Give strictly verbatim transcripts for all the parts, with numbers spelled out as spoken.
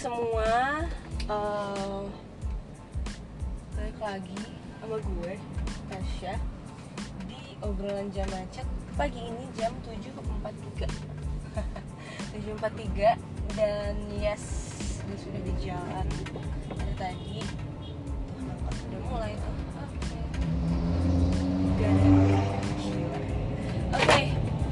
semua, uh, balik lagi sama gue, Tasya, di obrolan jam macet pagi ini jam tujuh empat puluh tiga tujuh empat puluh tiga dan yes, gue sudah di jalan dari tadi. Tuh, udah mulai tuh. Oke. Oke. Okay.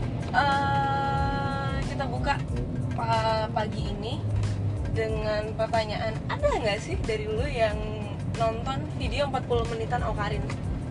Uh, kita buka pa- pagi ini dengan pertanyaan, ada nggak sih dari lu yang nonton video empat puluh menitan Awkarin?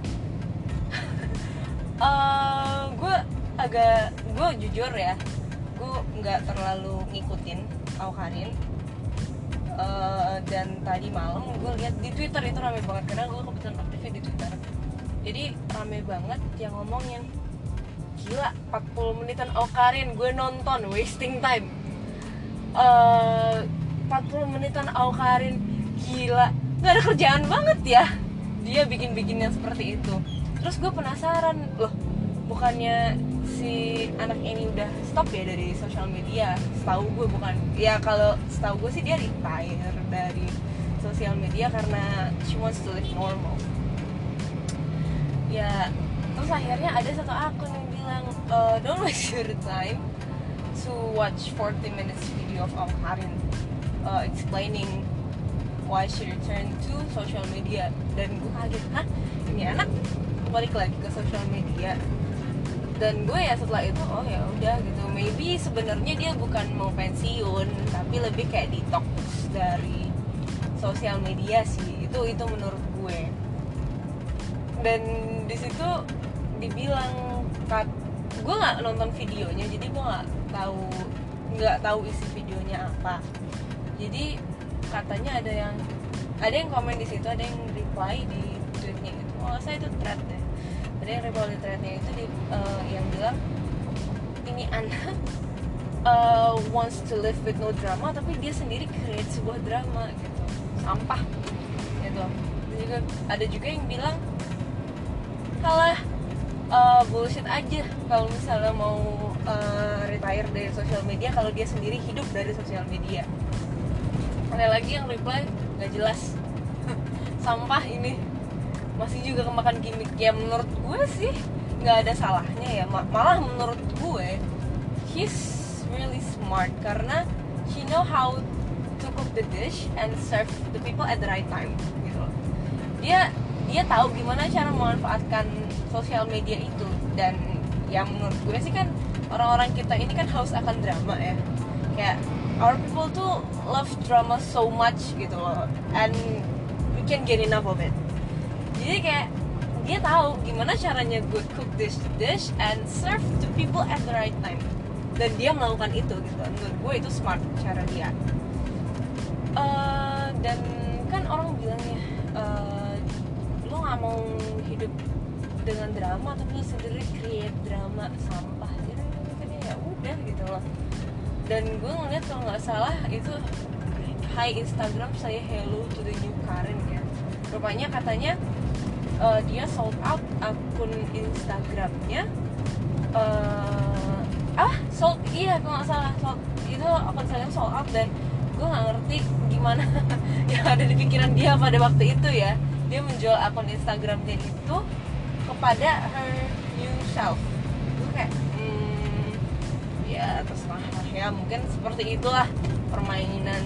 uh, gue agak, gue jujur ya, gue nggak terlalu ngikutin Awkarin. Uh, dan tadi malam gue lihat di Twitter itu rame banget karena gue kebetulan aktifnya di Twitter. Jadi rame banget yang ngomongin, gila empat puluh menitan Awkarin gue nonton, wasting time. Uh, empat puluh menitan Awkarin, gila, gak ada kerjaan banget ya dia bikin-bikin yang seperti itu. Terus gue penasaran, loh bukannya si anak ini udah stop ya dari sosial media? Setahu gue bukan, ya kalau setahu gue sih dia retire dari sosial media karena she wants to live normal. Ya, terus akhirnya ada satu akun yang bilang, uh, don't waste your time to watch forty minutes video of Awkarin uh, explaining why she returned to social media. Dan gue kaget, hah? Ini anak balik lagi ke social media. Dan gue ya setelah itu, oh ya udah gitu. Maybe sebenarnya dia bukan mau pensiun, tapi lebih kayak detox dari sosial media sih. Itu itu menurut gue. Dan di situ dibilang, kat, gue nggak nonton videonya, jadi gue nggak tahu nggak tahu isi videonya apa. Jadi katanya ada yang ada yang komen di situ, ada yang reply di tweetnya itu. Oh saya itu thread deh. Ada yang reply di threadnya itu di, uh, yang bilang ini anak uh, wants to live with no drama, tapi dia sendiri create sebuah drama gitu, sampah gitu. Dan juga ada juga yang bilang, kalah uh, bullshit aja kalau misalnya mau uh, retire dari sosial media kalau dia sendiri hidup dari sosial media. Ada lagi yang reply nggak jelas, sampah ini, masih juga kemakan gimmick. Ya menurut gue sih nggak ada salahnya ya, malah menurut gue he's really smart karena she know how to cook the dish and serve the people at the right time gitu loh. Dia dia tahu gimana cara memanfaatkan sosial media itu. Dan yang menurut gue sih kan orang-orang kita ini kan haus akan drama ya, kayak our people tuh love drama so much gitu loh, and we can get enough of it. Jadi kayak dia tahu gimana caranya good cook this dish and serve to people at the right time, dan dia melakukan itu gitu. Menurut gue itu smart cara dia. Uh, dan kan orang bilang ya, uh, lo nggak mau hidup dengan drama tapi sendiri create drama, sampah. Jadi kan ya udah gitu loh. Dan gue ngeliat kalau nggak salah itu hi Instagram saya hello to the new Karen ya. Rupanya katanya uh, dia sold out akun Instagramnya. Uh, ah sold iya kalau nggak salah sold, itu akun Instagram sold out. Dan gue nggak ngerti gimana yang ada di pikiran dia pada waktu itu ya. Dia menjual akun Instagramnya itu kepada her new self. Gue kayak hmm, ya terserah ya, mungkin seperti itulah permainan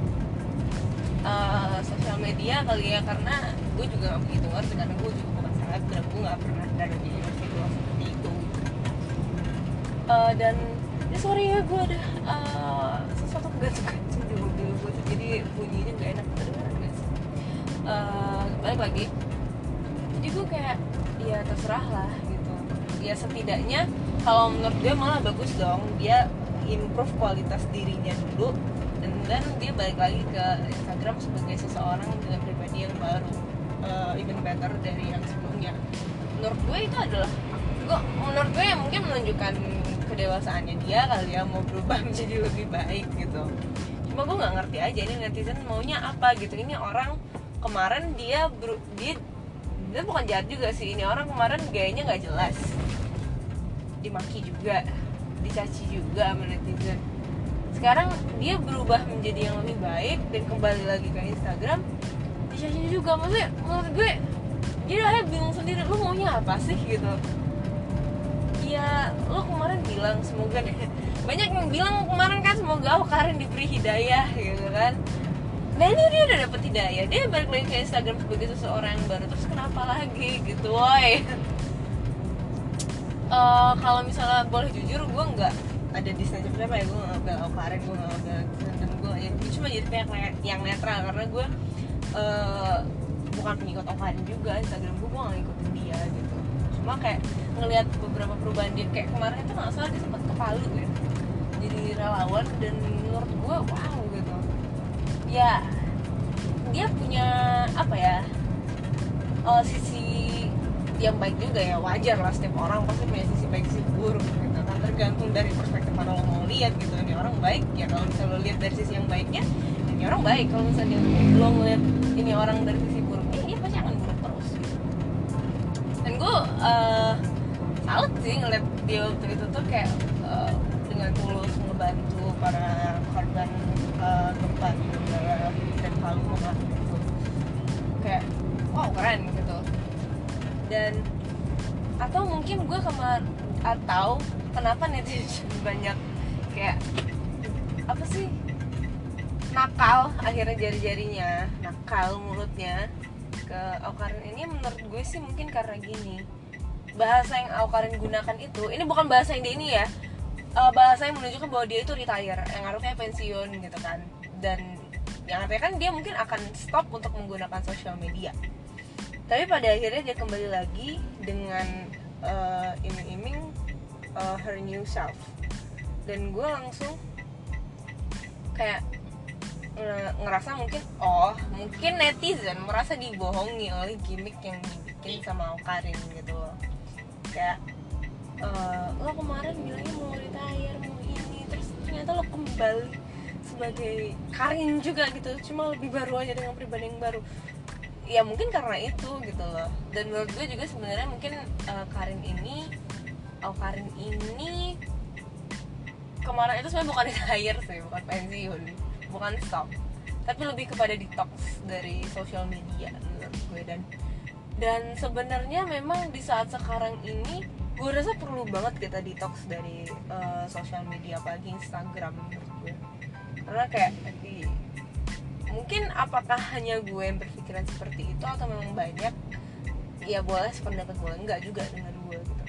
uh, sosial media kali ya. Karena gue juga gak begitu ngerti, karena gue juga bukan selebgram, gue gak pernah ada di situasi seperti itu. uh, dan ya sorry ya, gue ada uh, sesuatu kegancung-gancung di mobil gue, jadi bunyinya gak enak kedengeran guys. Uh, balik lagi, jadi gue kayak ya terserah lah gitu. Ya setidaknya kalau menurut gue malah bagus dong, dia improve kualitas dirinya dulu, dan dan dia balik lagi ke Instagram sebagai seseorang dengan pribadi yang baru, uh, even better dari yang sebelumnya. Menurut gue itu adalah, gue menurut gue yang mungkin menunjukkan kedewasaannya dia kali ya, mau berubah menjadi lebih baik gitu. Cuma gue nggak ngerti aja ini netizen maunya apa gitu. Ini orang kemarin dia ber, dia dia bukan jahat juga sih, ini orang kemarin gayanya nggak jelas, dimaki juga, dicaci juga sama netizen. sekarang dia berubah menjadi yang lebih baik dan kembali lagi ke Instagram, di juga. Maksudnya menurut gue jadi akhirnya bingung sendiri, lu maunya apa sih gitu. Ya lu kemarin bilang semoga deh, banyak yang bilang kemarin kan semoga oh Karin diberi hidayah gitu kan. Nah ini dia udah dapet hidayah, dia balik lagi ke Instagram sebagai seseorang yang baru, terus kenapa lagi gitu woy. Uh, kalau misalnya boleh jujur, gue nggak ada di siapa siapa ya, gue nggak ngebel Karin, gue nggak ngebel dan gue ya gue cuma jadi pihak yang netral karena gue uh, bukan pengikut Karin juga. Instagram gue gue nggak ngikutin dia gitu, cuma kayak ngelihat beberapa perubahan dia. Kayak kemarin itu nggak salah dia sempat ke Palu ya, jadi relawan, dan menurut gue wow gitu ya. Dia punya apa ya, uh, sisi yang baik juga ya, wajar lah, setiap orang pasti punya sisi baik sisi buruk gitu kan, tergantung dari perspektif mana lo mau lihat gitu. Ini orang baik ya kalau misalnya lo lihat dari sisi yang baiknya, ini orang baik. Kalau misalnya lo ngeliat ini orang dari sisi buruknya, dia pasti akan buruk terus gitu. Dan gue uh, salut sih ngeliat dia waktu itu tuh kayak uh, dengan tulus ngebantu para korban uh, gempa di Donggala dan Palu gitu. Kayak wow keren gitu. Dan atau mungkin gue kemar atau kenapa netizen banyak kayak apa sih, nakal akhirnya jari-jarinya, nakal mulutnya ke Awkarin ini. Menurut gue sih mungkin karena gini, bahasa yang Awkarin gunakan itu, ini bukan bahasa yang dia ini ya, uh, bahasa yang menunjukkan bahwa dia itu retire, yang artinya pensiun gitu kan, dan yang artinya kan dia mungkin akan stop untuk menggunakan sosial media. Tapi pada akhirnya dia kembali lagi dengan uh, iming-iming uh, her new self. Dan gue langsung kayak ngerasa mungkin oh mungkin netizen merasa dibohongi oleh gimmick yang dibikin sama Awkarin gitu loh. Kayak uh, lo kemarin bilangnya mau retire, mau ini, terus ternyata lo kembali sebagai Karin juga gitu, cuma lebih baru aja dengan pribadi yang baru. Ya mungkin karena itu gitu loh. Dan menurut gue juga sebenarnya mungkin uh, Karin ini, Awkarin ini kemarin itu sebenarnya bukan retire sih, bukan pensiun, bukan stop, tapi lebih kepada detox dari sosial media menurut gue. Dan dan sebenarnya memang di saat sekarang ini gue rasa perlu banget kita detox dari uh, sosial media, apalagi Instagram menurut gue. Karena kayak di mungkin apakah hanya gue yang berpikiran seperti itu atau memang banyak, ya boleh sependapat boleh enggak juga dengan gue gitu.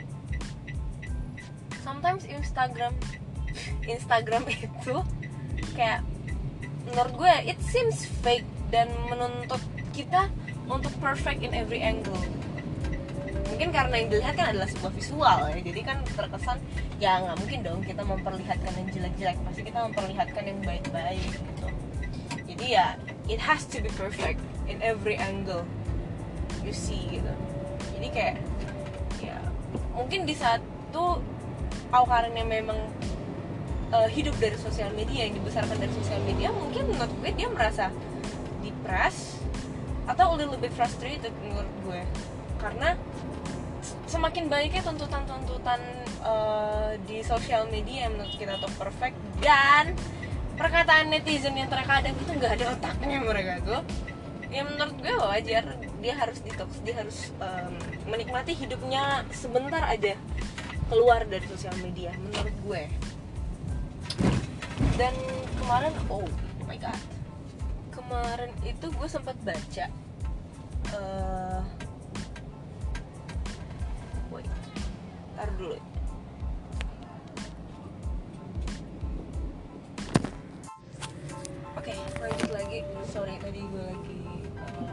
Sometimes Instagram Instagram itu kayak menurut gue it seems fake dan menuntut kita untuk perfect in every angle. Mungkin karena yang dilihat kan adalah sebuah visual ya, jadi kan terkesan ya nggak mungkin dong kita memperlihatkan yang jelek-jelek, pasti kita memperlihatkan yang baik-baik gitu. Jadi ya it has to be perfect in every angle you see gitu. Jadi kayak ya mungkin di saat itu Awkarin yang memang uh, hidup dari sosial media, yang dibesarkan dari sosial media, mungkin menurut gue dia merasa depressed atau a little bit frustrated menurut gue. Karena semakin banyaknya tuntutan-tuntutan uh, di sosial media yang menurut kita tuh perfect, dan perkataan netizen yang terkadang itu nggak ada otaknya mereka tuh, ya menurut gue wajar dia harus detox, dia harus um, menikmati hidupnya sebentar aja keluar dari sosial media menurut gue. Dan kemarin oh, oh my god kemarin itu gue sempat baca uh, wait tar dulu. Oke, okay, lanjut lagi. Sorry tadi gue lagi uh,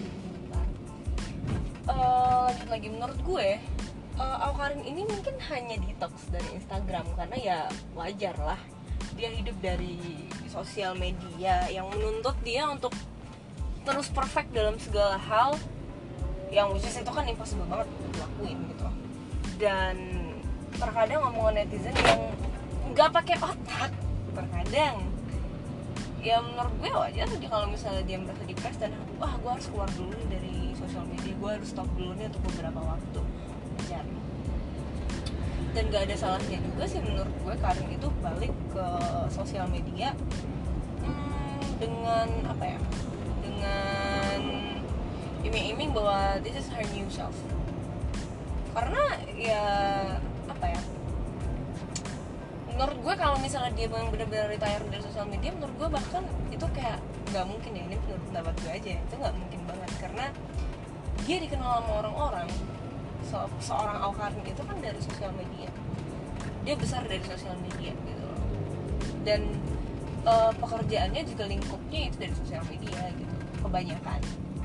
uh, lanjut lagi. Menurut gue uh, Awkarin ini mungkin hanya detox dari Instagram karena ya wajar lah, dia hidup dari sosial media yang menuntut dia untuk terus perfect dalam segala hal, yang which is itu kan impossible banget dilakuin gitu. Dan terkadang omongan netizen yang nggak pakai otak, terkadang ya menurut gue wajar sih kalau misalnya dia merasa depressed dan wah gue harus keluar dulu nih dari sosial media, gue harus stop dulu nih untuk beberapa waktu, wajar. dan gak ada salahnya juga sih menurut gue Karin itu balik ke sosial media hmm, dengan apa ya, dengan iming-iming bahwa this is her new self. Karena ya apa ya, menurut gue kalau misalnya dia benar-benar retire dari sosial media, menurut gue bahkan itu kayak nggak mungkin ya, ini menurut pendapat gue aja, itu nggak mungkin banget karena dia dikenal sama orang-orang. So, seorang Awkarin itu kan dari sosial media, dia besar dari sosial media gitu loh. Dan uh, pekerjaannya juga lingkupnya itu dari sosial media gitu kebanyakan.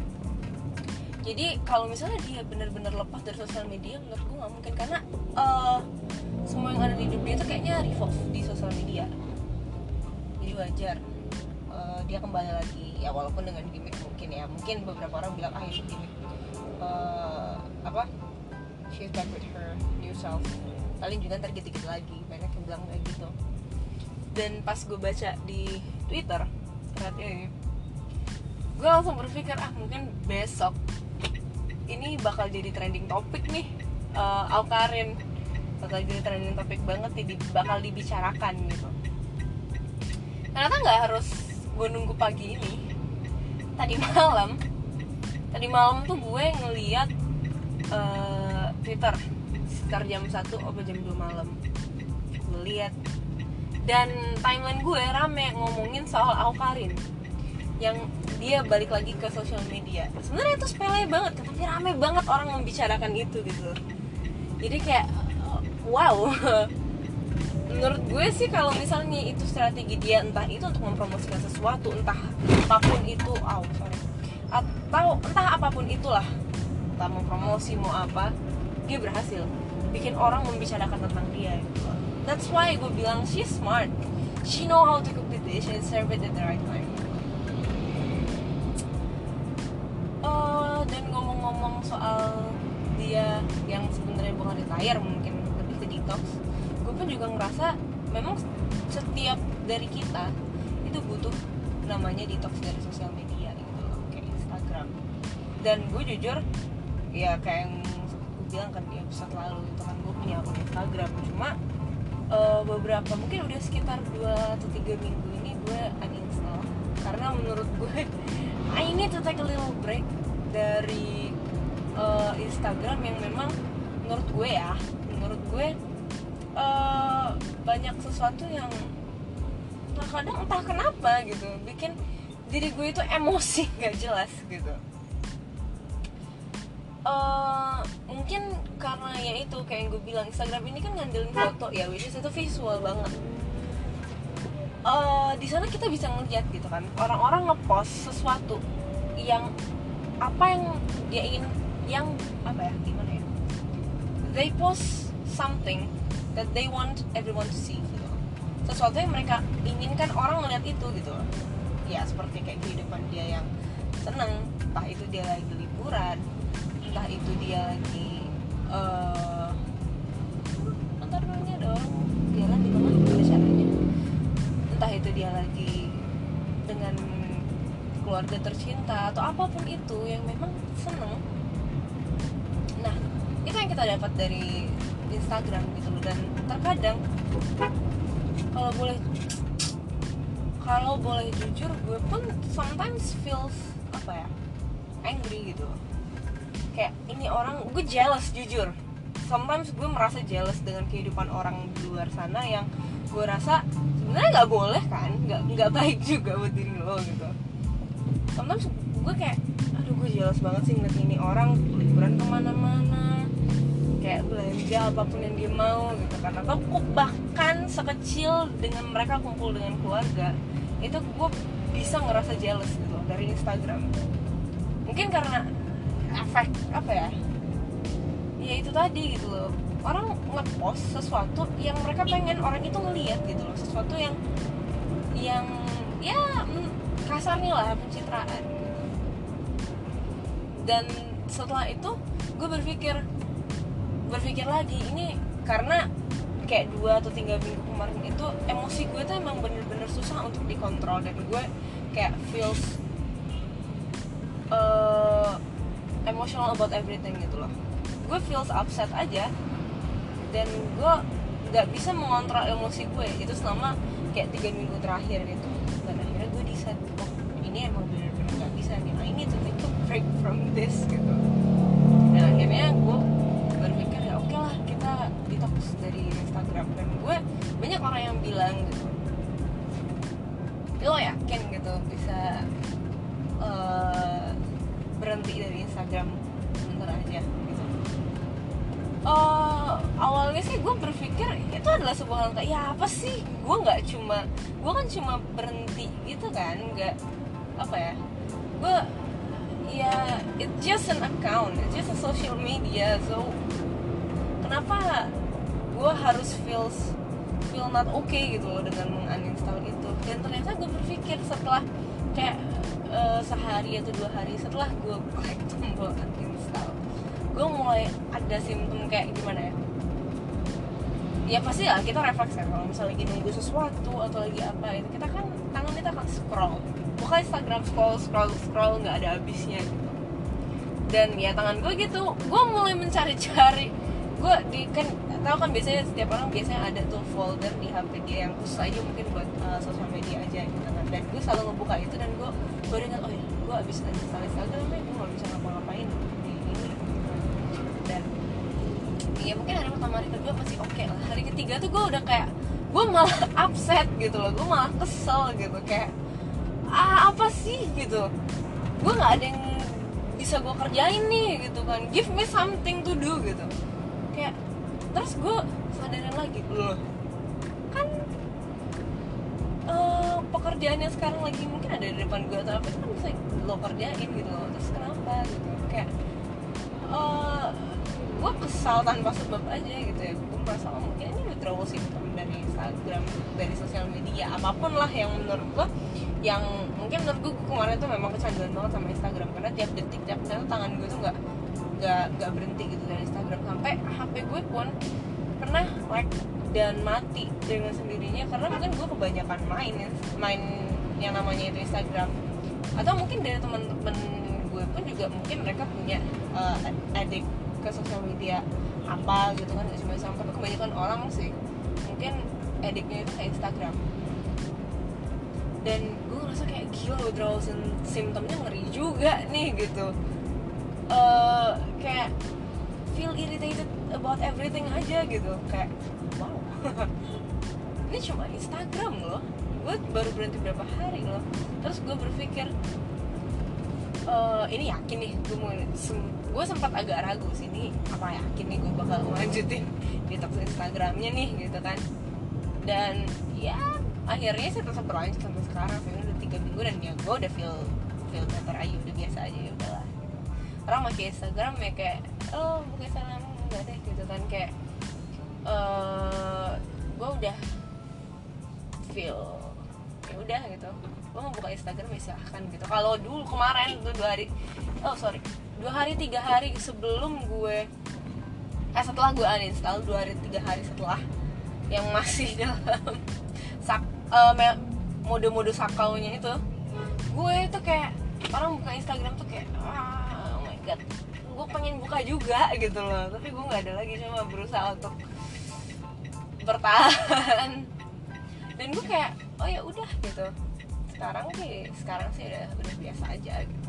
Jadi kalau misalnya dia benar-benar lepas dari sosial media, menurut gue nggak mungkin karena uh, semua yang ada di hidup dia itu kayaknya revolve di sosial media. Jadi wajar uh, dia kembali lagi ya, walaupun dengan gimmick mungkin ya, mungkin beberapa orang bilang ah itu gimmick, uh, apa she's back with her new self. Paling juga ntar gitu-gitu lagi, banyak yang bilang kayak gitu. Dan pas gue baca di Twitter saat ini, gue langsung berpikir ah mungkin besok ini bakal jadi trending topik nih, uh, Awkarin bakal jadi trending topik banget nih, bakal dibicarakan gitu. Ternyata nggak harus gue nunggu pagi ini. Tadi malam, tadi malam tuh gue ngeliat uh, Twitter sekitar jam satu atau jam dua malam. Gue lihat dan timeline gue rame ngomongin soal Awkarin yang dia balik lagi ke sosial media. Sebenarnya itu sepele banget, tapi rame banget orang membicarakan itu gitu. Jadi kayak wow. Menurut gue sih kalau misalnya itu strategi dia, entah itu untuk mempromosikan sesuatu, entah apapun itu, oh sorry, atau entah apapun itulah, entah mau promosi mau apa, dia berhasil bikin orang membicarakan tentang dia gitu. That's why gue bilang she's smart, she know how to cook the dish and serve it at the right time. Uh, dan ngomong-ngomong soal dia yang sebenarnya bukan retire, mungkin lebih ke detox, gue pun juga ngerasa memang setiap dari kita itu butuh namanya detox dari sosial media gitu loh, kayak Instagram. Dan gue jujur ya kayak yang gue bilang kan di episode lalu itu kan, gue punya akun Instagram, cuma uh, beberapa mungkin udah sekitar dua atau tiga minggu ini gue uninstall karena menurut gue I need to take a little break dari uh, Instagram yang memang menurut gue ya, menurut gue uh, banyak sesuatu yang terkadang entah kenapa gitu bikin diri gue itu emosi gak jelas gitu. Uh, mungkin karena ya itu kayak yang gue bilang, Instagram ini kan ngandelin foto ya, which is itu visual banget. Uh, di sana kita bisa ngeliat gitu kan, orang-orang ngepost sesuatu yang apa yang dia ingin, yang apa ya, gimana ya, they post something that they want everyone to see gitu. Sesuatu yang mereka inginkan orang ngeliat itu gitu. Ya seperti kayak kehidupan dia yang seneng, entah itu dia lagi liburan, entah itu dia lagi uh, ntar dulunya ada orang jalan di tengah, gimana caranya, entah itu dia lagi dengan keluarga tercinta atau apapun itu yang memang seneng. Nah itu yang kita dapat dari Instagram gitu loh. Dan terkadang kalau boleh kalau boleh jujur, gue pun sometimes feels apa ya, angry gitu. Kayak ini orang, gue jealous jujur. Sometimes gue merasa jealous dengan kehidupan orang di luar sana yang gue rasa sebenarnya nggak boleh kan, nggak nggak baik juga buat diri lo gitu. Sometimes gue kayak, aduh gue jealous banget sih ngeliat ini orang liburan kemana-mana, kayak belanja apapun yang dia mau gitu kan, atau bahkan sekecil dengan mereka kumpul dengan keluarga, itu gue bisa ngerasa jealous gitu dari Instagram. Mungkin karena efek apa ya, ya itu tadi gitu loh, orang ngepost sesuatu yang mereka pengen orang itu ngelihat gitu loh, sesuatu yang yang ya kasarnya lah pencitraan gitu. Dan setelah itu gue berpikir berpikir lagi, ini karena kayak dua atau tiga minggu kemarin itu emosi gue tuh emang bener-bener susah untuk dikontrol, dan gue kayak feels uh, emotional about everything gitu loh. Gue feels upset aja dan gue nggak bisa mengontrol emosi gue itu selama kayak tiga minggu terakhir itu. Dan akhirnya gue decide, oh ini emang benar-benar nggak bisa nih, I need to take a break from this gitu. Dan akhirnya gue berpikir ya oke lah kita detox dari Instagram. Dan gue banyak orang yang bilang gitu, lo yakin gitu bisa uh, berhenti dari Instagram bentar aja gitu. Uh, awalnya sih gue berpikir itu adalah sebuah hal kayak ya apa sih, gue nggak cuma gue kan cuma berhenti gitu kan, nggak apa ya, gue ya it's just an account, it's just a social media, so kenapa gue harus feel feel not okay gitu loh dengan menguninstall itu. Dan ternyata gue berpikir setelah kayak uh, sehari atau dua hari setelah gue klik tombol uninstall, gue mulai ada simptom kayak gimana ya, ya pasti lah kita refleks kan kalau misalnya lagi nunggu sesuatu atau lagi apa itu, kita kan tangan kita akan scroll, buka Instagram scroll scroll scroll nggak ada habisnya gitu. Dan ya tangan gue gitu, gue mulai mencari-cari, gue di kan tahu kan biasanya setiap orang biasanya ada tuh folder di H P dia yang khusus aja mungkin buat uh, sosial media aja gitu kan. Dan gue selalu ngebuka itu dan gue baru ingat, oh ya gue abis uninstall Instagram ya, gue nggak bisa ngapa-ngapain di ini gitu. Dan ya mungkin hari pertama hari kedua masih oke okay lah, hari ketiga tuh gue udah kayak gue malah upset gitu loh, gue malah kesel gitu, kayak ah apa sih gitu, gue nggak ada yang bisa gue kerjain nih gitu kan, give me something to do gitu. Kayak terus gue sadarin lagi, loh kan uh, pekerjaan yang sekarang lagi mungkin ada di depan gue atau apa itu kan bisa lo kerjain gitu loh, terus kenapa gitu. Kayak uh, gue kesal tanpa sebab aja gitu ya. Gue merasa oh, mungkin ini withdrawal symptom dari Instagram, dari sosial media apapun lah yang menurut gue, yang mungkin menurut gue kemarin tuh memang kecanduan banget sama Instagram, karena tiap detik tiap detik tangan gue tuh nggak nggak nggak berhenti gitu dari Instagram, sampai H P gue pun pernah lag dan mati dengan sendirinya karena mungkin gue kebanyakan main main yang namanya itu Instagram. Atau mungkin dari teman-teman gue pun juga mungkin mereka punya uh, addict ke sosial media apa gitu kan, nggak cuma sampai, tapi kebanyakan orang sih mungkin addictnya itu ke Instagram. Dan gue ngerasa kayak gila, withdrawal symptomnya ngeri juga nih gitu. Uh, kayak feel irritated about everything aja gitu, kayak wow ini cuma Instagram loh, gue baru berhenti berapa hari loh. Terus gue berpikir uh, ini yakin nih gue mau sem- gue sempat agak ragu sih, ini apa yakin nih gue bakal lanjutin detox Instagramnya nih gitu kan. Dan ya akhirnya sih tetap berlanjut sampai sekarang, saya udah tiga minggu dan ya gue udah feel feel better aja, udah biasa aja, ya udahlah. Orang pakai Instagram ya kayak oh buka Instagram enggak deh gitu kan, kayak uh, gue udah feel ya udah gitu, gue mau buka Instagram ya silahkan gitu. Kalau dulu kemarin tuh dua hari oh sorry dua hari tiga hari sebelum gue eh setelah gue uninstall, dua hari tiga hari setelah yang masih dalam sak uh, mode-mode sakaunya itu, gue itu kayak orang buka Instagram tuh kayak ah, oh my god, gue pengen buka juga gitu loh, tapi gue nggak ada lagi, cuma berusaha untuk bertahan. Dan gue kayak oh ya udah gitu, sekarang sih sekarang sih udah udah biasa aja gitu.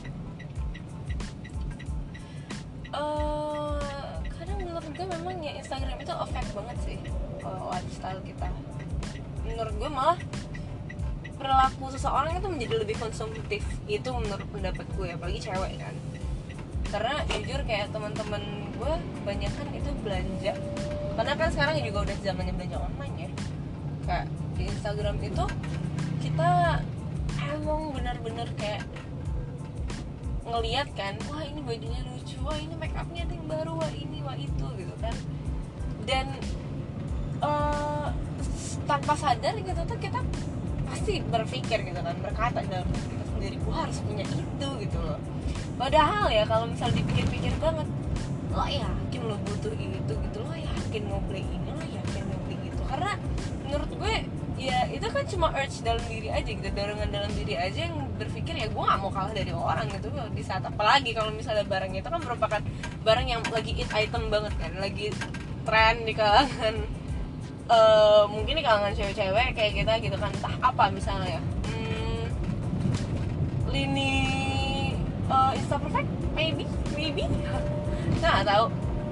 Uh, kadang menurut gue memang ya Instagram itu affect banget sih uh, lifestyle kita. Menurut gue malah perilaku seseorang itu menjadi lebih konsumtif, itu menurut pendapat gue, apalagi cewek kan. Karena jujur kayak teman-teman gue kebanyakan itu belanja, karena kan sekarang juga udah zamannya belanja online ya. Kayak di Instagram itu kita emang benar-benar kayak ngelihat kan, wah ini bajunya lucu, wah ini make upnya ada yang baru, wah ini wah itu gitu kan. Dan uh, tanpa sadar gitu tuh kita pasti berpikir gitu kan, berkata dalam diri kita sendiri, gua harus punya itu gitu loh. Padahal ya kalau misal dipikir-pikir banget, lo yakin lo butuh itu gitu, lo yakin mau beli ini, lo yakin mau beli itu. Karena menurut gue ya itu kan cuma urge dalam diri aja gitu, dorongan dalam diri aja yang berpikir ya gue gak mau kalah dari orang gitu. Di saat apalagi kalau misalnya barang itu kan merupakan barang yang lagi hit item banget kan, lagi tren di kalangan uh, mungkin di kalangan cewek-cewek kayak kita gitu kan, entah apa misalnya hmm, lini uh, Insta perfect maybe maybe nah tahu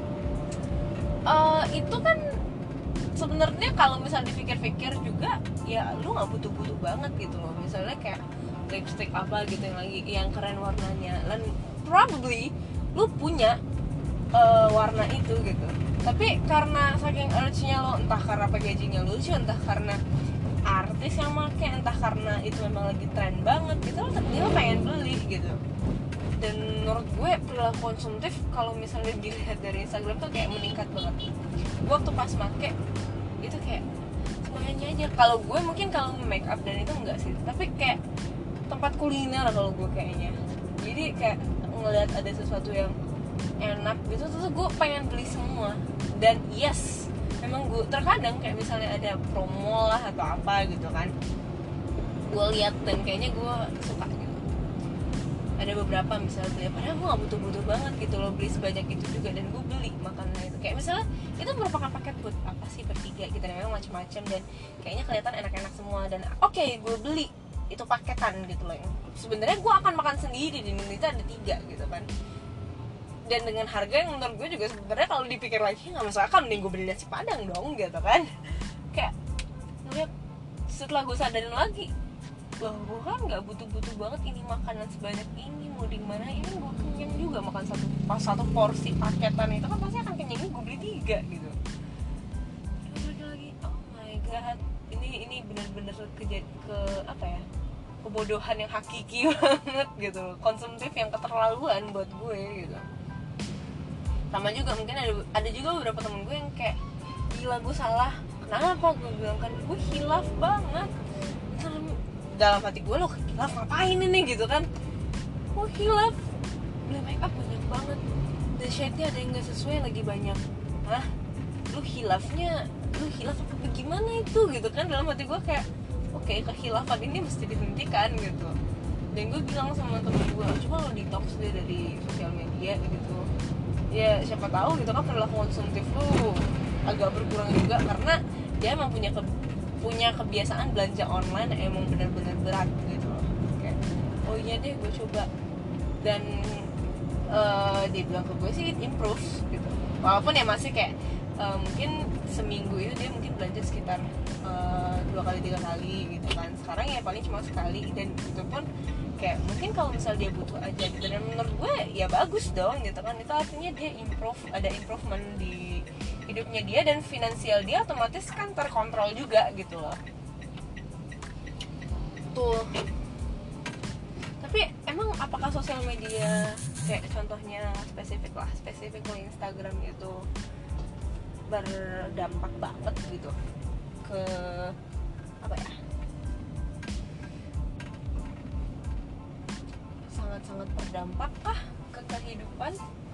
uh, itu kan sebenarnya kalau misalnya dipikir-pikir juga ya lu nggak butuh-butuh banget gitu loh, misalnya kayak lipstick apa gitu yang lagi yang keren warnanya, dan probably lu punya uh, warna itu gitu, tapi karena saking urge-nya lo, entah karena packagingnya lucu, entah karena artis yang make, entah karena itu memang lagi tren banget gitu, lo ternyata pengen beli gitu. Dan menurut gue perilaku konsumtif kalau misalnya dilihat dari Instagram tuh kayak meningkat banget. Gue waktu pas make itu kayak semuanya aja, kalau gue mungkin kalau make up dan itu enggak sih, tapi kayak tempat kuliner kalau gue kayaknya, jadi kayak ngelihat ada sesuatu yang enak gitu terus gue pengen beli semua. Dan yes, memang gue terkadang kayak misalnya ada promo lah atau apa gitu kan, gue lihat dan kayaknya gue suka gitu. Ada beberapa misalnya beli, padahal gue gak butuh-butuh banget gitu loh beli sebanyak itu juga, dan gue beli makanan itu. Kayak misalnya itu merupakan paket buat apa sih bertiga gitu, dan memang macam-macam dan kayaknya kelihatan enak-enak semua, dan oke okay, gue beli itu paketan gitu loh. Sebenarnya gue akan makan sendiri dan itu ada tiga gitu kan, dan dengan harga yang menurut gue juga sebenarnya kalau dipikir lagi nggak masuk akal, mending gue beli nasi padang dong gitu kan. Kayak ngeliat setelah gue sadarin lagi, wah gue kan nggak butuh-butuh banget ini makanan sebanyak ini, mau di mana ini gue kenyang juga makan satu pas satu porsi paketan itu kan pasti akan kenyang, ini gue beli tiga gitu. Terus lagi, oh my god, ini ini benar-benar ke ke apa ya, kebodohan yang hakiki banget gitu, konsumtif yang keterlaluan buat gue gitu. Sama juga mungkin ada ada juga beberapa temen gue yang kayak gila gue salah, kenapa gue bilang kan gue hilaf banget dalam, dalam hati gue, lo hilaf ngapain ini gitu kan, gue hilaf beli make up banyak banget dan shade-nya ada yang nggak sesuai lagi banyak. Hah, lu hilafnya lu hilaf apa gimana itu gitu kan, dalam hati gue kayak oke okay, kehilafan ini mesti dihentikan gitu. Dan gue bilang sama temen gue, coba lo detox deh dari sosial media gitu, ya siapa tahu gitu kan perilaku konsumtif lu agak berkurang juga, karena dia emang punya ke, punya kebiasaan belanja online yang emang benar-benar berat gitu loh. Kayak oh iya deh gue coba, dan uh, dia bilang ke gue sih it improves gitu, walaupun ya masih kayak uh, mungkin seminggu itu dia mungkin belanja sekitar uh, dua kali tiga kali gitu kan, sekarang ya paling cuma sekali, dan itu pun kayak mungkin kalau misal dia butuh aja gitu. Dan menurut gue ya bagus dong gitu kan, itu artinya dia improve, ada improvement di hidupnya dia, dan finansial dia otomatis kan terkontrol juga gitu loh tuh. Tapi emang apakah sosial media kayak contohnya spesifik lah, spesifik ke Instagram itu berdampak banget gitu ke apa ya, sangat-sangat berdampak kah ke kehidupan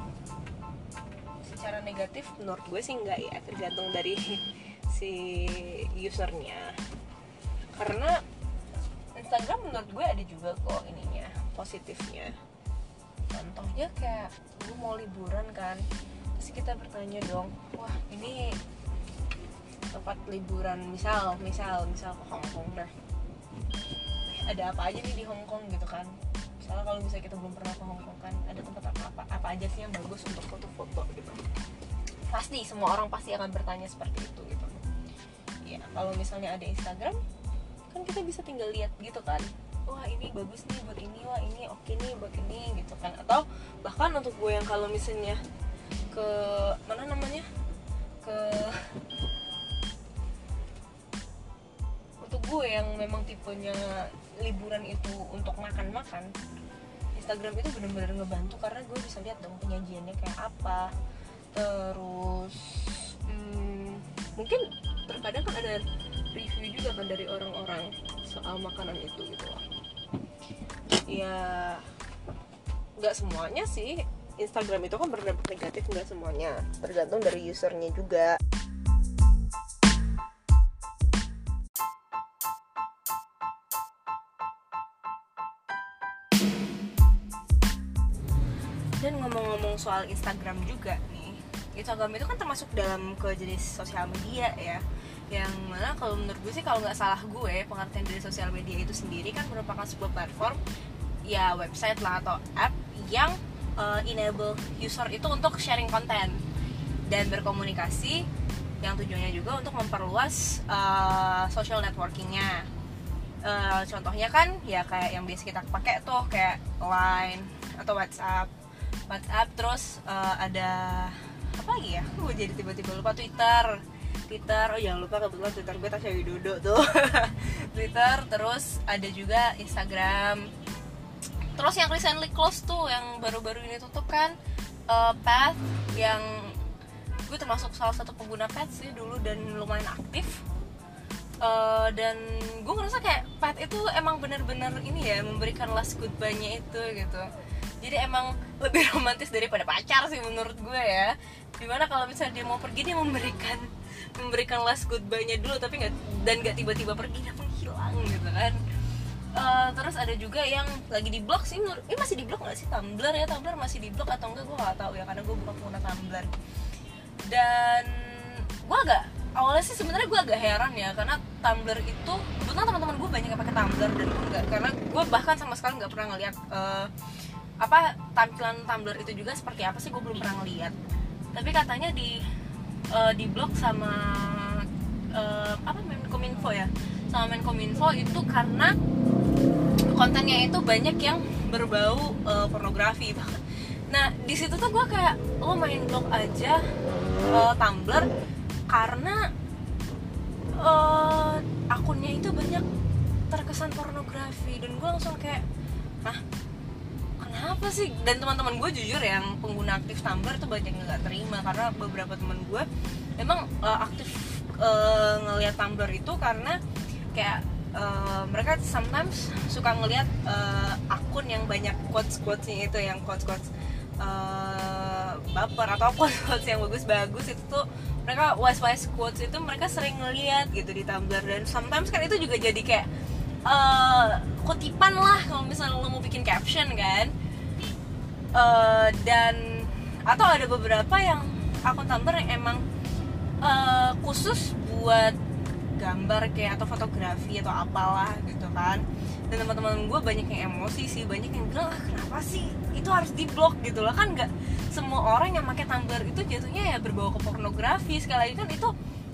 secara negatif? Menurut gue sih enggak ya, tergantung dari si usernya. Karena Instagram menurut gue ada juga kok ininya, positifnya. Contohnya kayak gue mau liburan kan, terus kita bertanya dong, wah ini tempat liburan misal misal misal ke Hong Kong, nah ada apa aja nih di Hong Kong gitu kan. Misalnya kalau misalnya kita belum pernah ke Hong Kong kan, ada tempat apa apa apa aja sih yang bagus untuk foto-foto gitu. Pasti semua orang pasti akan bertanya seperti itu gitu. Ya kalau misalnya ada Instagram kan kita bisa tinggal lihat gitu kan, wah ini bagus nih buat ini, wah ini oke nih buat ini gitu kan. Atau bahkan untuk gue yang kalau misalnya ke mana namanya ke untuk gue yang memang tipenya liburan itu untuk makan-makan, Instagram itu benar-benar ngebantu karena gue bisa lihat dong penyajiannya kayak apa. Terus hmm, mungkin terkadang kan ada review juga kan dari orang-orang soal makanan itu gitu loh. Ya nggak semuanya sih Instagram itu kan berdampak negatif, nggak semuanya, tergantung dari usernya juga. Dan ngomong-ngomong soal Instagram juga nih, Instagram itu kan termasuk dalam ke jenis sosial media ya, yang mana kalau menurut gue sih, kalau nggak salah gue, pengertian dari sosial media itu sendiri kan merupakan sebuah platform ya, website lah atau app yang uh, enable user itu untuk sharing konten dan berkomunikasi, yang tujuannya juga untuk memperluas uh, social networkingnya. Uh, contohnya kan ya kayak yang biasa kita pakai tuh, kayak Line atau WhatsApp, WhatsApp terus uh, ada apa lagi ya? Gue jadi tiba-tiba lupa. Twitter, Twitter. Oh jangan lupa, kebetulan Twitter gue Tasya Widodo tuh. Twitter, terus ada juga Instagram. Terus yang recently close tuh, yang baru-baru ini tutup kan, uh, Path, yang gue termasuk salah satu pengguna Path sih dulu dan lumayan aktif. Uh, dan gue ngerasa kayak Path itu emang benar-benar ini ya, memberikan last goodbye-nya itu gitu. Jadi emang lebih romantis daripada pacar sih menurut gue ya. Dimana kalau misalnya dia mau pergi, dia memberikan memberikan last goodbye-nya dulu, tapi nggak, dan nggak tiba-tiba pergi dan menghilang gitu kan. Uh, terus ada juga yang lagi di blok sih, menurut, ini masih di blok nggak sih Tumblr ya? Tumblr masih di blok atau enggak gue nggak tahu ya, karena gue bukan pengguna Tumblr. Dan gue agak awalnya sih sebenarnya gue agak heran ya, karena Tumblr itu kebetulan teman-teman gue banyak yang pakai Tumblr dan gue nggak, karena gue bahkan sama sekali nggak pernah ngeliat uh, apa tampilan Tumblr itu juga seperti apa sih, gue belum pernah ngeliat. Tapi katanya di uh, di blog sama uh, apa Menkominfo ya, sama Menkominfo itu karena kontennya itu banyak yang berbau uh, pornografi bahkan. Nah di situ tuh gue kayak, lo main blog aja uh, Tumblr karena uh, akunnya itu banyak terkesan pornografi, dan gue langsung kayak, nah kenapa sih? Dan teman-teman gue jujur yang pengguna aktif Tumblr itu banyak yang nggak terima, karena beberapa teman gue emang uh, aktif uh, ngelihat Tumblr itu karena kayak uh, mereka sometimes suka ngelihat uh, akun yang banyak quotes-quotesnya itu, yang quotes-quotes uh, baper atau quotes-quotes yang bagus-bagus itu tuh, mereka wise-wise quotes itu mereka sering ngeliat gitu di Tumblr. Dan sometimes kan itu juga jadi kayak uh, kutipan lah kalau misalnya lo mau bikin caption kan. Uh, dan atau ada beberapa yang akun Tumblr yang emang uh, khusus buat gambar kayak atau fotografi atau apalah gitu kan. Dan teman-teman gue banyak yang emosi sih, banyak yang bilang, ah kenapa sih itu harus diblok gitu loh, kan nggak semua orang yang pakai Tumblr itu jatuhnya ya berbau ke pornografi. Sekali lagi kan itu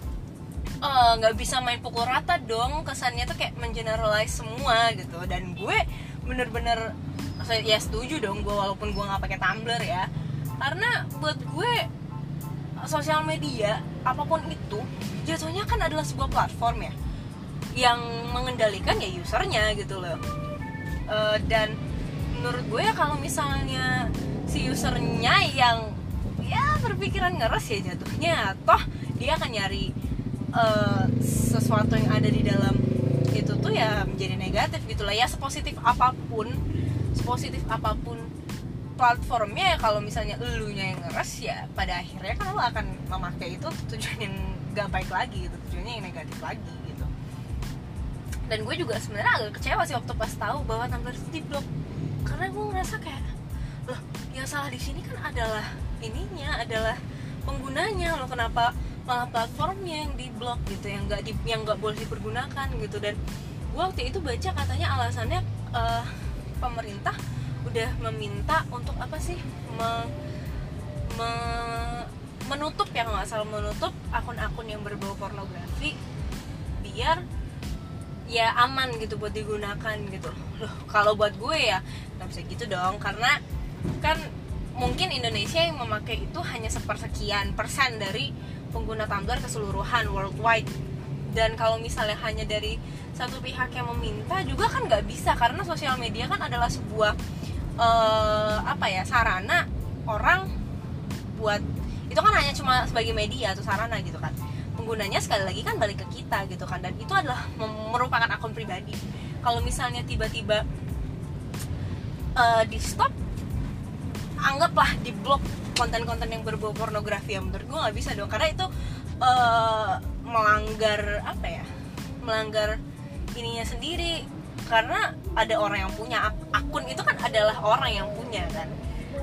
nggak uh, bisa main pukul rata dong, kesannya tuh kayak mengeneralize semua gitu. Dan gue bener-bener ya setuju dong gue, walaupun gue nggak pakai Tumblr ya, karena buat gue sosial media apapun itu jatuhnya kan adalah sebuah platform ya, yang mengendalikan ya usernya gitu loh. Uh, dan menurut gue ya kalau misalnya si usernya yang ya berpikiran ngeres ya jatuhnya, toh dia akan nyari uh, sesuatu yang ada di dalam itu tuh ya menjadi negatif gitu lah ya. Sepositif apapun, sepositif apapun platformnya ya, kalau misalnya elunya yang ngeres ya pada akhirnya kan lo akan memakai itu tujuan yang gak baik lagi gitu, tujuannya yang negatif lagi gitu. Dan gue juga sebenarnya agak kecewa sih waktu pas tahu bahwa Tumblr itu diblok, karena gue ngerasa kayak, loh yang salah di sini kan adalah ininya, adalah penggunanya, loh kenapa malah platformnya yang diblok gitu, yang nggak di, yang nggak boleh dipergunakan gitu. Dan gue waktu itu baca katanya alasannya uh, pemerintah udah meminta untuk apa sih, me, me, menutup ya nggak salah, menutup akun-akun yang berbau pornografi biar ya aman gitu buat digunakan gitu. Loh kalau buat gue ya nggak bisa gitu dong, karena kan mungkin Indonesia yang memakai itu hanya sepersekian persen dari pengguna Tumblr keseluruhan worldwide. Dan kalau misalnya hanya dari satu pihak yang meminta juga kan nggak bisa, karena sosial media kan adalah sebuah uh, apa ya, sarana orang buat, itu kan hanya cuma sebagai media atau sarana gitu kan. Penggunanya sekali lagi kan balik ke kita gitu kan, dan itu adalah merupakan akun pribadi. Kalau misalnya tiba-tiba uh, di stop, anggaplah di blok konten-konten yang berbau pornografi, ya menurut gue nggak bisa dong, karena itu uh, melanggar apa ya, melanggar ininya sendiri. Karena ada orang yang punya akun itu kan adalah orang yang punya kan,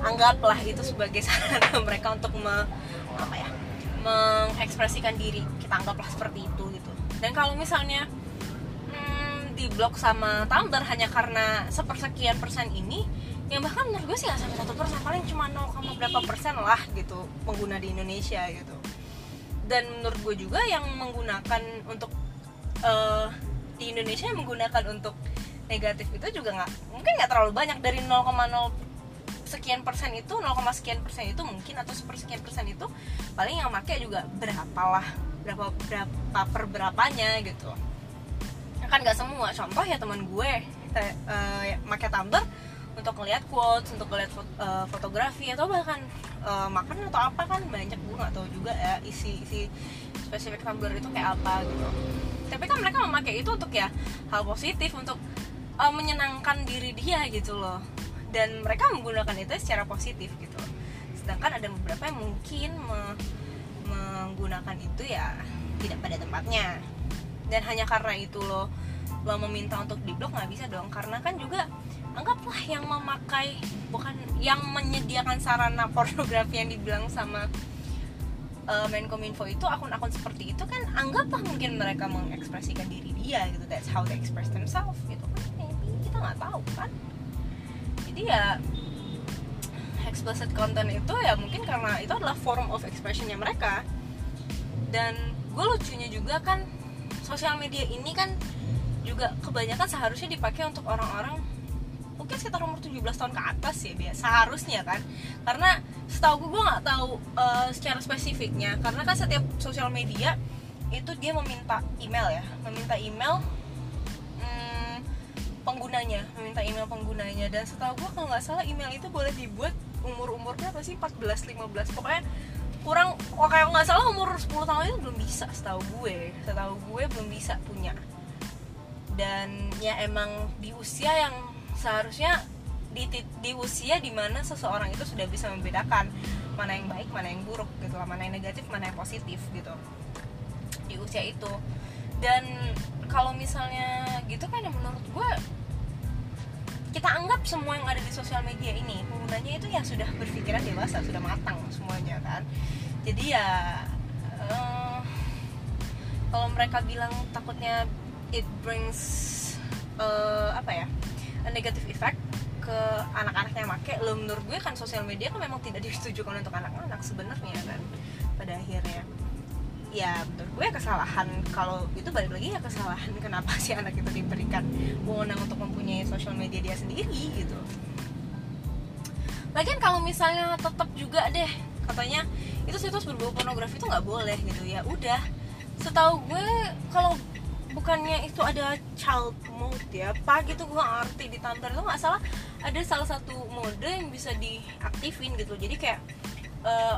anggaplah itu sebagai sarana mereka untuk me, apa ya mengekspresikan diri, kita anggaplah seperti itu gitu. Dan kalau misalnya hmm, di blok sama Tumblr hanya karena sepersekian persen ini, yang bahkan menurut gue sih nggak sampai satu persen, paling cuma nol, berapa persen lah gitu pengguna di Indonesia gitu. Dan menurut gue juga yang menggunakan untuk uh, di Indonesia yang menggunakan untuk negatif itu juga nggak, mungkin nggak terlalu banyak. Dari nol koma nol sekian persen itu, nol, sekian persen itu mungkin, atau sepersekian persen itu paling yang make juga berapa lah, berapa berapa per berapanya gitu. Kan nggak semua. Contoh ya teman gue uh, ya, make Tumblr untuk ngeliat quotes, untuk ngeliat foto, uh, fotografi atau bahkan uh, makan atau apa, kan banyak. Gue nggak tahu juga ya isi isi spesifik Tumblr itu kayak apa gitu. Tapi kan mereka memakai itu untuk ya hal positif, untuk uh, menyenangkan diri dia gitu loh. Dan mereka menggunakan itu secara positif gitu. Sedangkan ada beberapa yang mungkin me- menggunakan itu ya tidak pada tempatnya. Dan hanya karena itu lo lo meminta untuk diblok, nggak bisa dong. Karena kan juga anggaplah yang memakai, bukan yang menyediakan sarana pornografi yang dibilang sama uh, Menkominfo itu, akun-akun seperti itu kan anggaplah mungkin mereka mengekspresikan diri dia gitu. That's how they express themselves gitu. Maybe kita nggak tahu kan. Jadi ya explicit content itu ya mungkin karena itu adalah form of expressionnya mereka. Dan gue lucunya juga kan, sosial media ini kan juga kebanyakan seharusnya dipakai untuk orang-orang mungkin sekitar umur tujuh belas tahun ke atas ya, biasa seharusnya kan. Karena setahu gue, gue nggak tahu uh, secara spesifiknya, karena kan setiap sosial media itu dia meminta email ya, meminta email penggunanya, meminta email penggunanya. Dan setahu gue kalau nggak salah email itu boleh dibuat umur-umur berapa sih, empat belas, lima belas, pokoknya kurang, oh, kayak nggak salah umur sepuluh tahun itu belum bisa, setahu gue setahu gue belum bisa punya. Dan ya emang di usia yang seharusnya di, di usia dimana seseorang itu sudah bisa membedakan mana yang baik, mana yang buruk gitu lah, mana yang negatif, mana yang positif gitu di usia itu. Dan kalau misalnya gitu kan, ya menurut gue kita anggap semua yang ada di sosial media ini penggunanya itu ya sudah berpikiran dewasa, sudah matang semuanya kan. Jadi ya uh, kalau mereka bilang takutnya it brings uh, apa ya a negative effect ke anak-anaknya make, lo menurut gue kan sosial media kan memang tidak ditujukan untuk anak-anak sebenarnya kan pada akhirnya. Ya menurut gue kesalahan, kalau itu balik lagi ya kesalahan kenapa si anak itu diberikan wewenang untuk mempunyai sosial media dia sendiri gitu. Lagian kalau misalnya tetap juga deh katanya itu situs berbau pornografi itu nggak boleh gitu, ya udah, setahu gue kalau bukannya itu ada child mode ya apa gitu, gue ngerti di Tumblr itu nggak salah ada salah satu mode yang bisa diaktifin gitu. Jadi kayak uh,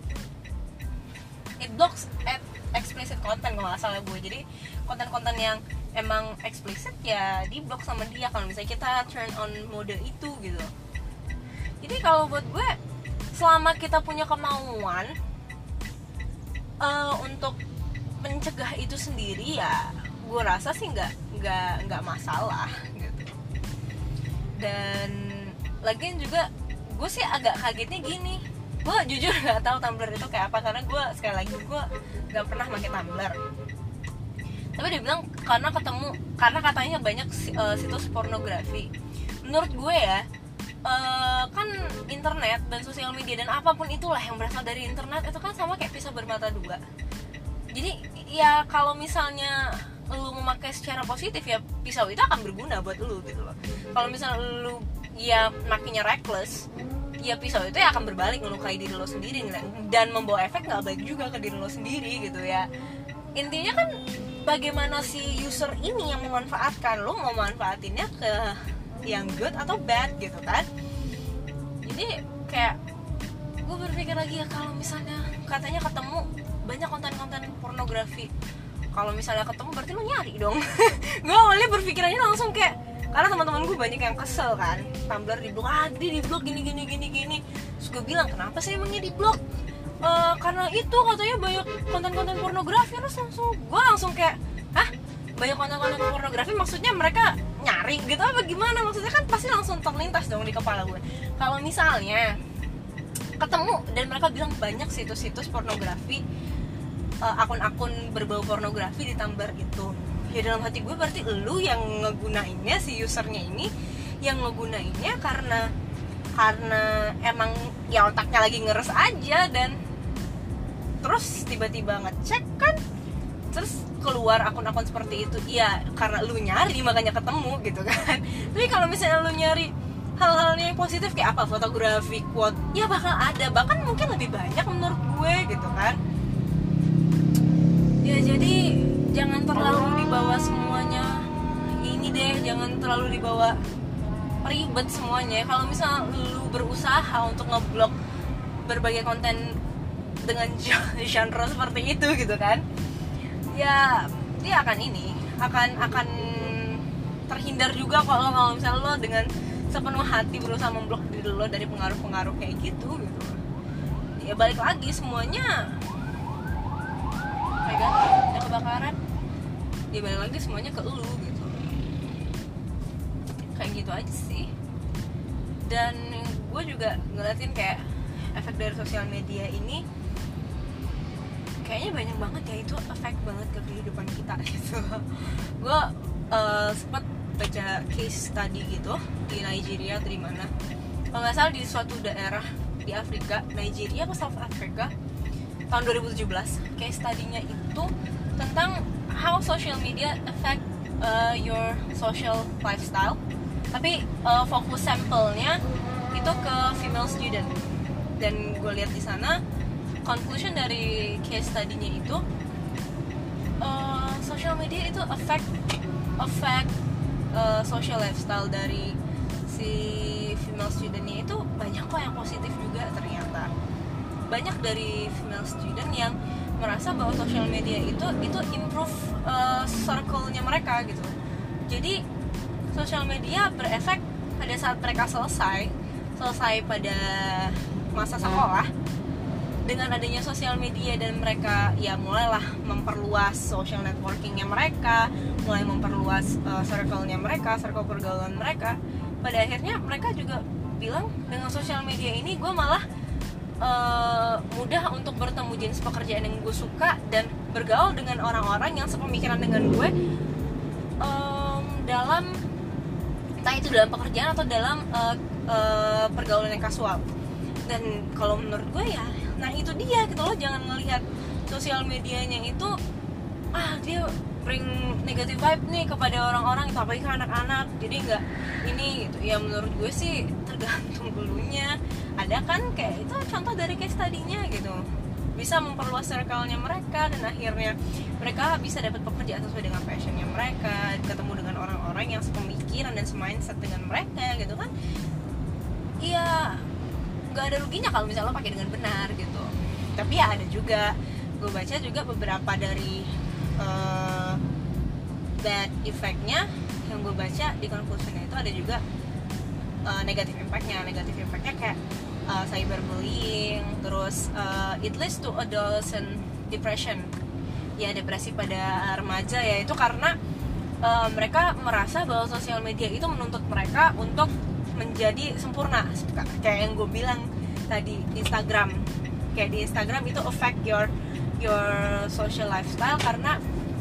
it blocks at explicit content kalau nggak salah gue. Jadi konten-konten yang emang explicit ya di blok sama dia kalau misalnya kita turn on mode itu gitu. Jadi kalau buat gue, selama kita punya kemauan uh, untuk mencegah itu sendiri, ya gue rasa sih nggak nggak nggak masalah gitu. Dan lagian juga gue sih agak kagetnya gini, gue jujur nggak tahu Tumblr itu kayak apa, karena gue sekali lagi gue nggak pernah pakai Tumblr. Tapi dia bilang karena ketemu, karena katanya banyak uh, situs pornografi. Menurut gue ya, uh, kan internet dan sosial media dan apapun itulah yang berasal dari internet itu kan sama kayak pisau bermata dua. Jadi ya kalau misalnya lu memakai secara positif, ya pisau itu akan berguna buat lu gitu loh. Kalau misalnya lu ya makainya reckless, ya pisau itu ya akan berbalik melukai diri lo sendiri dan membawa efek nggak baik juga ke diri lo sendiri gitu ya. Intinya kan bagaimana si user ini yang memanfaatkan, lo mau manfaatinnya ke yang good atau bad gitu kan. Jadi kayak gue berpikir lagi ya, kalau misalnya katanya ketemu banyak konten-konten pornografi, kalau misalnya ketemu berarti lo nyari dong. Gue awalnya berpikirannya langsung kayak, karena teman-teman gue banyak yang kesel kan, Tumblr di blok, ah di blok gini gini gini gini. Terus gue bilang, kenapa sih emangnya di blok? E, karena itu katanya banyak konten-konten pornografi. Terus langsung gue langsung kayak, hah? Banyak konten-konten pornografi maksudnya mereka nyari gitu apa gimana? Maksudnya kan pasti langsung terlintas dong di kepala gue. Kalau misalnya ketemu dan mereka bilang banyak situs-situs pornografi, uh, akun-akun berbau pornografi ditambah itu. Ya dalam hati gue berarti lu yang ngegunainnya, si usernya ini yang ngegunainnya karena karena emang ya otaknya lagi ngeres aja, dan terus tiba-tiba ngecek kan, terus keluar akun-akun seperti itu. Iya karena lu nyari makanya ketemu gitu kan. Tapi kalau misalnya lu nyari hal-halnya yang positif kayak apa, fotografi, quote, ya bakal ada, bahkan mungkin lebih banyak menurut gue gitu kan. Ya jadi jangan terlalu dibawa semuanya ini deh, jangan terlalu dibawa ribet semuanya. Kalau misalnya lu berusaha untuk ngeblok berbagai konten dengan genre seperti itu gitu kan, ya dia akan ini akan akan terhindar juga kalau kalau misalnya lo dengan sepenuh hati berusaha memblok diri lo dari pengaruh-pengaruh kayak gitu gitu. Ya balik lagi semuanya kayak ada kebakaran, ya balik lagi semuanya ke lu gitu. Kayak gitu aja sih. Dan gue juga ngeliatin kayak efek dari sosial media ini kayaknya banyak banget ya, itu efek banget ke kehidupan kita gitu. Gue uh, sempet baca case study gitu di Nigeria atau di mana, kalau nggak salah di suatu daerah di Afrika, Nigeria atau South Africa, tahun dua ribu tujuh belas. Case study-nya itu tentang how social media affect uh, your social lifestyle, tapi uh, fokus sampelnya itu ke female student. Dan gue lihat di sana conclusion dari case study-nya itu uh, social media itu affect affect uh, social lifestyle dari si female student-nya itu banyak kok yang positif juga ternyata. Banyak dari female student yang merasa bahwa social media itu itu improve uh, circle-nya mereka gitu. Jadi social media berefek pada saat mereka selesai selesai pada masa sekolah. Dengan adanya sosial media dan mereka ya mulailah memperluas social networkingnya mereka, mulai memperluas uh, circle-nya mereka, circle pergaulan mereka. Pada akhirnya mereka juga bilang dengan sosial media ini gue malah uh, mudah untuk bertemu jenis pekerjaan yang gue suka dan bergaul dengan orang-orang yang sepemikiran dengan gue um, dalam entah itu dalam pekerjaan atau dalam uh, uh, pergaulan yang kasual. Dan kalau menurut gue ya, nah itu dia gitu loh, jangan ngelihat sosial medianya itu ah dia bring negative vibe nih kepada orang-orang itu, apalagi ke anak-anak, jadi nggak ini gitu. Ya menurut gue sih tergantung dulunya. Ada kan kayak itu contoh dari case tadinya gitu, bisa memperluas circle-nya mereka dan akhirnya mereka bisa dapat pekerjaan sesuai dengan passion-nya mereka, ketemu dengan orang-orang yang sepemikiran dan semindset dengan mereka gitu kan. Iya nggak ada ruginya kalau misalnya lo pakai dengan benar gitu. Tapi ya ada juga, gue baca juga beberapa dari uh, bad effect-nya yang gue baca di conclusion-nya itu ada juga uh, negative impact-nya. Negative impact-nya kayak uh, cyberbullying, terus uh, it leads to adolescent depression, ya depresi pada remaja, ya itu karena uh, mereka merasa bahwa sosial media itu menuntut mereka untuk menjadi sempurna, kayak yang gue bilang tadi Instagram. Kayak di Instagram itu affect your your social lifestyle karena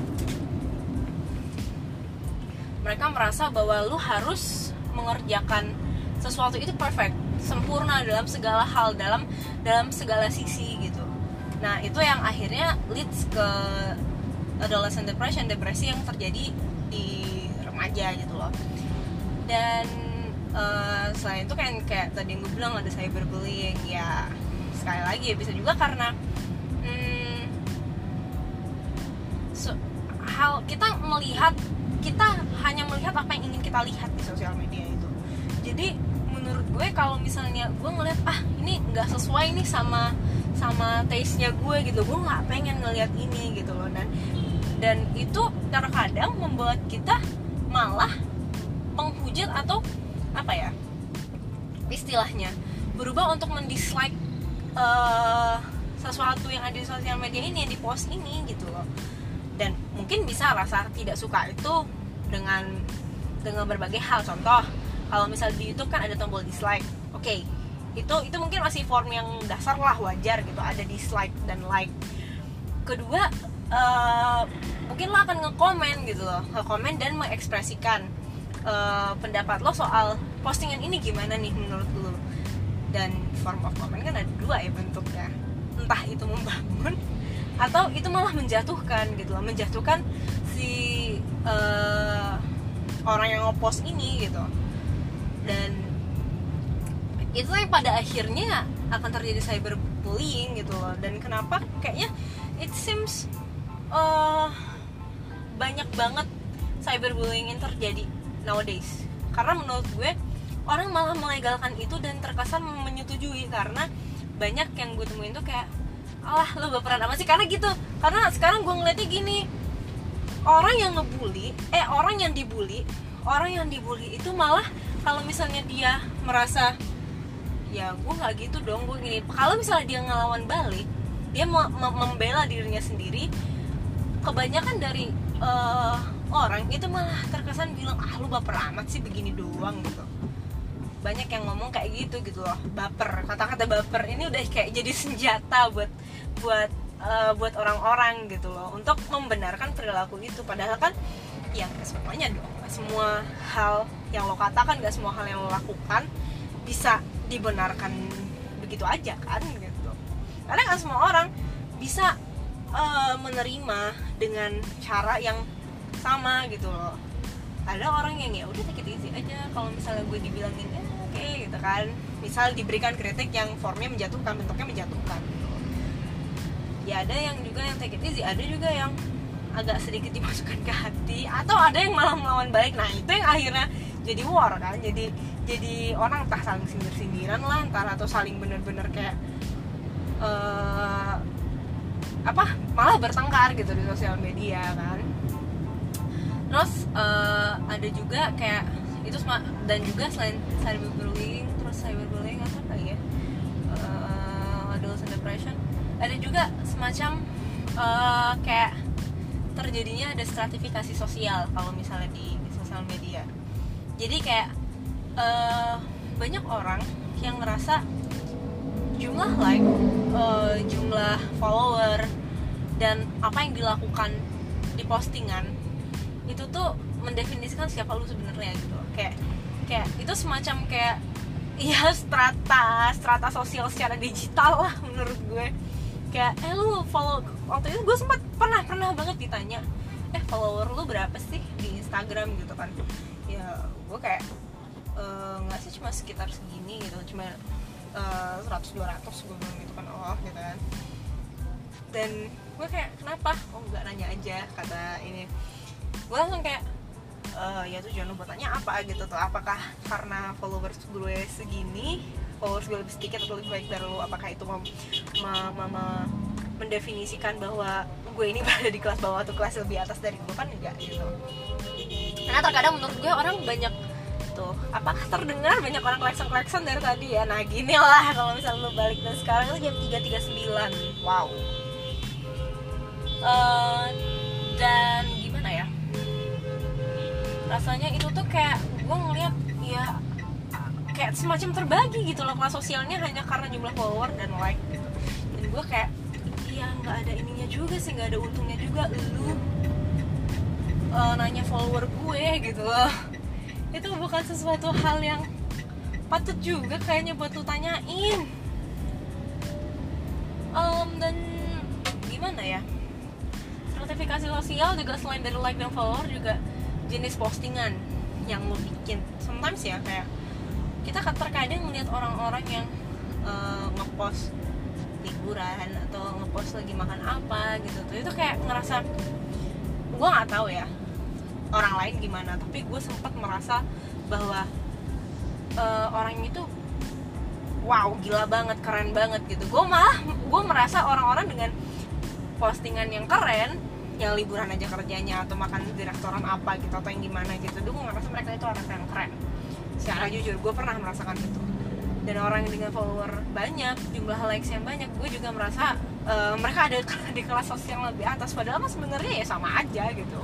mereka merasa bahwa lu harus mengerjakan sesuatu itu perfect, sempurna dalam segala hal, dalam dalam segala sisi gitu. Nah itu yang akhirnya leads ke adolescent depression, depresi yang terjadi di remaja gitu loh. Dan Uh, selain itu kan kayak tadi yang gue bilang ada cyberbullying, ya sekali lagi ya bisa juga karena hmm, so, hal kita melihat, kita hanya melihat apa yang ingin kita lihat di sosial media itu. Jadi menurut gue kalau misalnya gue ngeliat ah ini nggak sesuai nih sama sama taste-nya gue gitu, gue nggak pengen ngeliat ini gitu loh. Dan dan itu terkadang membuat kita malah penghujat atau apa ya istilahnya, berubah untuk mendislike uh, sesuatu yang ada di sosial media ini, yang di post ini gitu loh. Dan mungkin bisa rasa tidak suka itu dengan dengan berbagai hal. Contoh kalau misal di YouTube kan ada tombol dislike, oke okay, itu itu mungkin masih form yang dasar lah, wajar gitu, ada dislike dan like. Kedua, uh, mungkin lo akan nge-comment gitu loh, nge-comment dan mengekspresikan uh, pendapat lo soal postingan ini gimana nih menurut lo. Dan form of comment kan ada dua ya bentuknya, entah itu membangun atau itu malah menjatuhkan gitu loh, menjatuhkan si uh, orang yang nge-post ini gitu. Dan itu yang pada akhirnya akan terjadi cyberbullying gitu loh. Dan kenapa kayaknya it seems uh, banyak banget cyberbullying yang terjadi nowadays, karena menurut gue orang malah melegalkan itu dan terkesan menyetujui, karena banyak yang gue temuin tuh kayak, alah lo baperan amat sih, karena gitu. Karena sekarang gue ngeliatnya gini, orang yang ngebully, eh orang yang dibully, orang yang dibully itu malah kalau misalnya dia merasa, ya gue nggak gitu dong, gue gini. Kalau misalnya dia ngelawan balik, dia mem- membela dirinya sendiri, kebanyakan dari uh, orang itu malah terkesan bilang, ah lu baper amat sih, begini doang gitu. Banyak yang ngomong kayak gitu gitu loh, baper. Kata-kata baper ini udah kayak jadi senjata buat buat uh, buat orang-orang gitu loh, untuk membenarkan perilaku itu. Padahal kan ya nggak semuanya dong, nggak semua hal yang lo katakan, nggak semua hal yang lo lakukan bisa dibenarkan begitu aja kan gitu. Karena nggak semua orang bisa uh, menerima dengan cara yang sama gitu loh. Ada orang yang ya udah take it easy aja kalau misalnya gue dibilangin ya oke okay, gitu kan. Misal diberikan kritik yang formnya menjatuhkan, bentuknya menjatuhkan gitu. Ya ada yang juga yang take it easy, ada juga yang agak sedikit dimasukkan ke hati, atau ada yang malah melawan balik. Nah itu yang akhirnya jadi war kan, jadi jadi orang entah saling sindir-sindiran lah, entah atau saling bener-bener kayak uh, apa malah bertengkar gitu di sosial media kan. Terus uh, ada juga kayak itu, dan juga selain cyberbullying, terus cyberbullying apa lagi ya, uh, adolescent depression, ada juga semacam uh, kayak terjadinya ada stratifikasi sosial kalau misalnya di, di sosial media. Jadi kayak uh, banyak orang yang ngerasa jumlah like, uh, jumlah follower, dan apa yang dilakukan di postingan itu tuh mendefinisikan siapa lu sebenarnya gitu. Kayak kayak itu semacam kayak ya strata strata sosial secara digital lah menurut gue. Kayak eh lu follow, waktu itu gue sempat pernah pernah banget ditanya, eh follower lu berapa sih di Instagram gitu kan. Ya gue kayak nggak e, sih, cuma sekitar segini gitu, cuma uh, seratus dua ratus gue bilang gitu kan. Oh gitu kan. Dan gue kayak kenapa? Oh nggak nanya aja kata ini. Gue langsung kayak e, ya tujuan lu buat tanya apa gitu tuh, apakah karena followers gue segini, followers gue lebih sedikit atau lebih baik dari lu, apakah itu mem, mem, mem, mendefinisikan bahwa gue ini berada di kelas bawah atau kelas lebih atas dari gue? Kan enggak gitu. Karena terkadang menurut gue orang banyak tuh, apakah terdengar banyak orang klakson-klakson dari tadi ya. Nah gini lah kalau misalnya lu balik, dan sekarang itu jam tiga tiga puluh sembilan. Wow. uh, Dan gimana ya, rasanya itu tuh kayak gue ngeliat ya kayak semacam terbagi gitu loh kelas sosialnya hanya karena jumlah follower dan like gitu. Dan gue kayak ya nggak ada ininya juga sih, nggak ada untungnya juga lu uh, nanya follower gue gitu loh. Itu bukan sesuatu hal yang patut juga kayaknya buat lu tanyain. um, Dan gimana ya, stratifikasi sosial juga selain dari like dan follower juga jenis postingan yang lo bikin. Sometimes ya kayak kita terkadang melihat orang-orang yang uh, ngepost liburan atau ngepost lagi makan apa gitu tuh, itu kayak ngerasa, gue nggak tahu ya orang lain gimana, tapi gue sempat merasa bahwa uh, orang itu wow gila banget, keren banget gitu. Gue malah gue merasa orang-orang dengan postingan yang keren, yang liburan aja kerjanya atau makan di restoran apa gitu atau yang gimana gitu, gue ngerasa mereka itu orang yang keren. Secara jujur gue pernah merasakan itu. Dan orang dengan follower banyak, jumlah likes yang banyak, gue juga merasa uh, mereka ada di kelas sosial yang lebih atas, padahal mah sebenarnya ya sama aja gitu.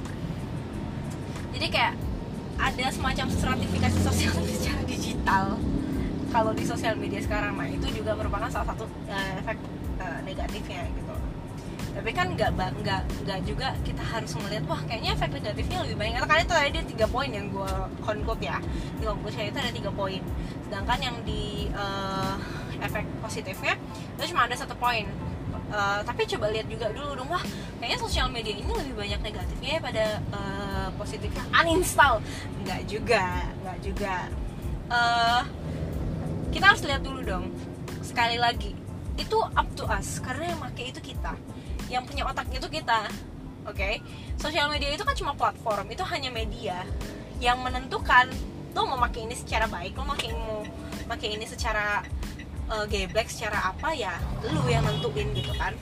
Jadi kayak ada semacam stratifikasi sosial secara digital kalau di sosial media sekarang. Nah itu juga merupakan salah satu uh, efek uh, negatifnya gitu. Tapi kan nggak nggak nggak juga kita harus melihat wah kayaknya efek negatifnya lebih banyak. Karena itu ada tiga poin yang gue conclude ya, di conclusion itu ada tiga poin. Sedangkan yang di uh, efek positifnya itu cuma ada satu poin. Uh, tapi coba lihat juga dulu dong, wah kayaknya sosial media ini lebih banyak negatifnya ya pada uh, positifnya. Uninstall nggak juga, nggak juga. Uh, kita harus lihat dulu dong. Sekali lagi itu up to us karena yang pakai itu kita, yang punya otak itu kita. Oke, okay? Sosial media itu kan cuma platform, itu hanya media yang menentukan lo mau pakai ini secara baik, lo pakai mau pakai ini secara uh, geblek, secara apa ya lu yang nentuin gitu kan.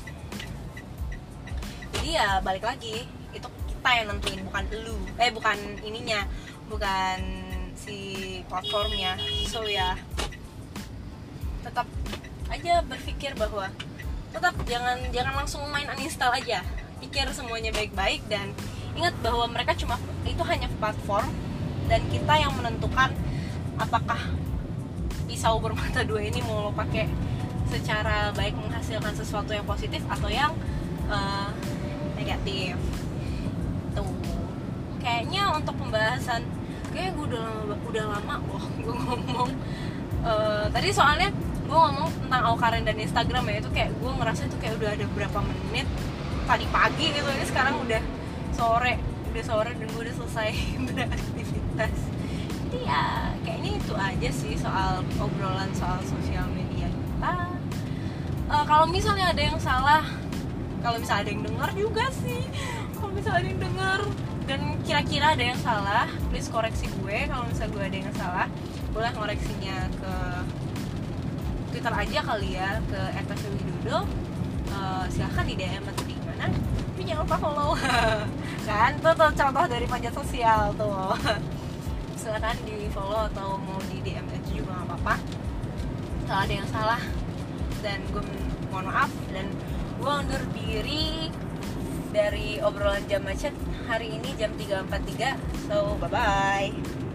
Jadi ya balik lagi, itu kita yang nentuin, bukan lu, eh bukan ininya, bukan si platformnya. So ya tetap aja berpikir bahwa tetap jangan jangan langsung main uninstall aja, pikir semuanya baik-baik dan ingat bahwa mereka cuma itu hanya platform dan kita yang menentukan apakah pisau bermata dua ini mau lo pakai secara baik menghasilkan sesuatu yang positif atau yang uh, negatif. Tuh kayaknya untuk pembahasan kayak gue udah lama, udah lama loh gue ngomong uh, tadi soalnya gue ngomong tentang Awkarin dan Instagram ya, itu kayak gue ngerasa itu kayak udah ada berapa menit tadi pagi gitu, ini sekarang udah sore udah sore dan gue udah selesai beraktivitas. Jadi ya kayaknya itu aja sih soal obrolan soal sosial media kita. Uh, kalau misalnya ada yang salah, kalau misalnya ada yang dengar juga sih, kalau misalnya ada yang dengar dan kira-kira ada yang salah, please koreksi gue. Kalau misalnya gue ada yang salah, boleh ngoreksinya ke Twitter aja kali ya, ke et tasya widodo. Uh, silahkan di D M atau di mana, tapi jangan lupa follow. Kan tuh, tuh contoh dari panjat sosial tuh. Silahkan di follow atau mau di D M aja juga nggak apa-apa. Kalau ada yang salah dan gue mohon maaf, dan gue undur diri dari obrolan jam macet hari ini jam tiga empat puluh tiga. So bye bye.